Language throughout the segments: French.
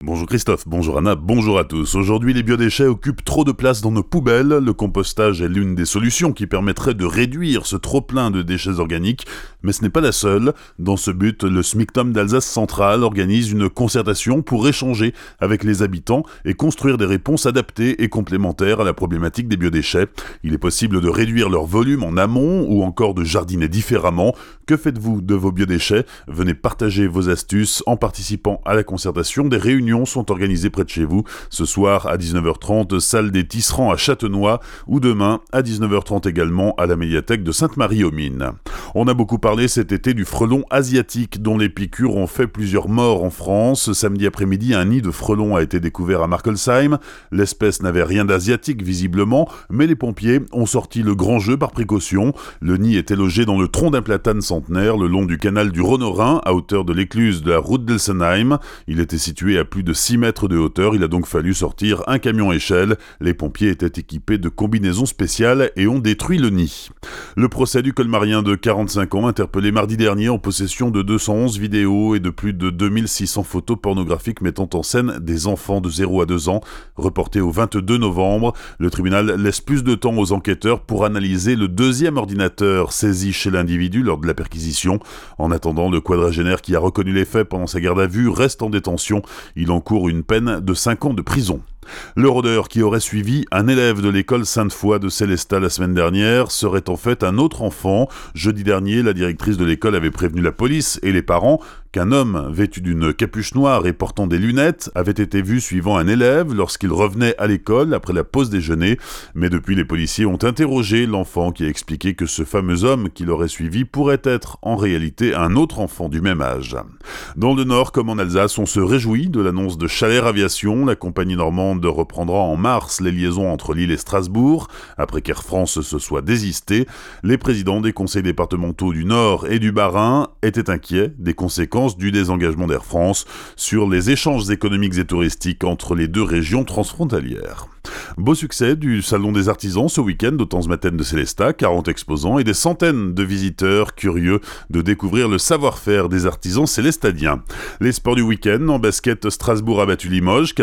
Bonjour Christophe, bonjour Anna, bonjour à tous. Aujourd'hui, les biodéchets occupent trop de place dans nos poubelles. Le compostage est l'une des solutions qui permettrait de réduire ce trop-plein de déchets organiques, mais ce n'est pas la seule. Dans ce but, le SMICTOM d'Alsace Centrale organise une concertation pour échanger avec les habitants et construire des réponses adaptées et complémentaires à la problématique des biodéchets. Il est possible de réduire leur volume en amont ou encore de jardiner différemment. Que faites-vous de vos biodéchets ? Venez partager vos astuces en participant à la concertation. Des réunions sont organisées près de chez vous. Ce soir à 19h30, salle des Tisserands à Châtenois, ou demain à 19h30 également à la médiathèque de Sainte-Marie-aux-Mines. On a beaucoup parlé cet été du frelon asiatique dont les piqûres ont fait plusieurs morts en France. Samedi après-midi, un nid de frelons a été découvert à Markelsheim. L'espèce n'avait rien d'asiatique visiblement, mais les pompiers ont sorti le grand jeu par précaution. Le nid était logé dans le tronc d'un platane centenaire le long du canal du Rhône-Rhin à hauteur de l'écluse de la route d'Elsenheim. Il était situé à plus de 6 mètres de hauteur. Il a donc fallu sortir un camion échelle. Les pompiers étaient équipés de combinaisons spéciales et ont détruit le nid. Le procès du colmarien de 45 ans, interpellé mardi dernier en possession de 211 vidéos et de plus de 2600 photos pornographiques mettant en scène des enfants de 0 à 2 ans, reporté au 22 novembre. Le tribunal laisse plus de temps aux enquêteurs pour analyser le deuxième ordinateur saisi chez l'individu lors de la perquisition. En attendant, le quadragénaire qui a reconnu les faits pendant sa garde à vue reste en détention. Il encourt une peine de 5 ans de prison. Le rôdeur qui aurait suivi un élève de l'école Sainte-Foy de Célestat la semaine dernière serait en fait un autre enfant. Jeudi dernier, la directrice de l'école avait prévenu la police et les parents qu'un homme vêtu d'une capuche noire et portant des lunettes avait été vu suivant un élève lorsqu'il revenait à l'école après la pause déjeuner. Mais depuis, les policiers ont interrogé l'enfant qui a expliqué que ce fameux homme qui l'aurait suivi pourrait être en réalité un autre enfant du même âge. Dans le Nord comme en Alsace, on se réjouit de l'annonce de Chalair Aviation. La compagnie normande reprendra en mars les liaisons entre Lille et Strasbourg, après qu'Air France se soit désisté. Les présidents des conseils départementaux du Nord et du Bas-Rhin étaient inquiets des conséquences du désengagement d'Air France sur les échanges économiques et touristiques entre les deux régions transfrontalières. Beau succès du Salon des Artisans ce week-end au Tanzmatten de Célestat, 40 exposants et des centaines de visiteurs curieux de découvrir le savoir-faire des artisans célestadiens. Les sports du week-end, en basket, Strasbourg a battu Limoges,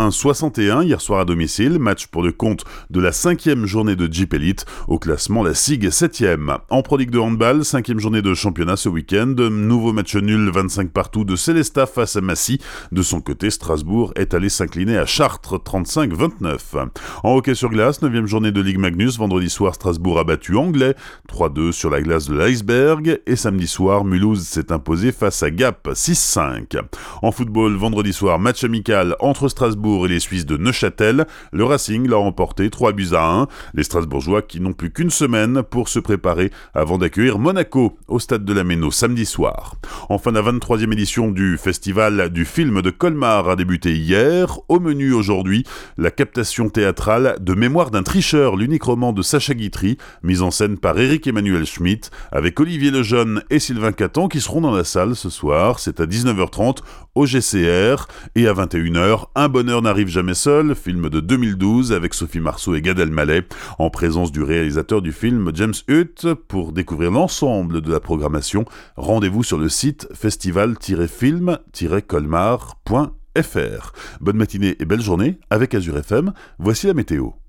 81-61 hier soir à domicile, match pour le compte de la 5e journée de Jeep Elite. Au classement, la SIG est 7e. En Pro League de handball, 5e journée de championnat ce week-end, nouveau match nul 25 partout de Célestat face à Massy. De son côté, Strasbourg est allé s'incliner à Chartres, 35-29. En hockey sur glace, 9e journée de Ligue Magnus, vendredi soir Strasbourg a battu Anglet, 3-2 sur la glace de l'Iceberg, et samedi soir Mulhouse s'est imposé face à Gap, 6-5. En football, vendredi soir, match amical entre Strasbourg et les Suisses de Neuchâtel, le Racing l'a remporté 3-1, les Strasbourgeois qui n'ont plus qu'une semaine pour se préparer avant d'accueillir Monaco au stade de la Méno samedi soir. Enfin, la 23e édition du festival du film de Colmar a débuté hier. Au menu aujourd'hui, la captation théâtrale de Mémoire d'un tricheur, l'unique roman de Sacha Guitry, mise en scène par Éric-Emmanuel Schmitt, avec Olivier Lejeune et Sylvain Catan qui seront dans la salle ce soir. C'est à 19h30 au GCR et à 21h, Un bonheur n'arrive jamais seul, film de 2012 avec Sophie Marceau et Gad Elmaleh, en présence du réalisateur du film James Hutt. Pour découvrir l'ensemble de la programmation, rendez-vous sur le site festival-film-colmar.fr. Bonne matinée et belle journée avec Azure FM, voici la météo.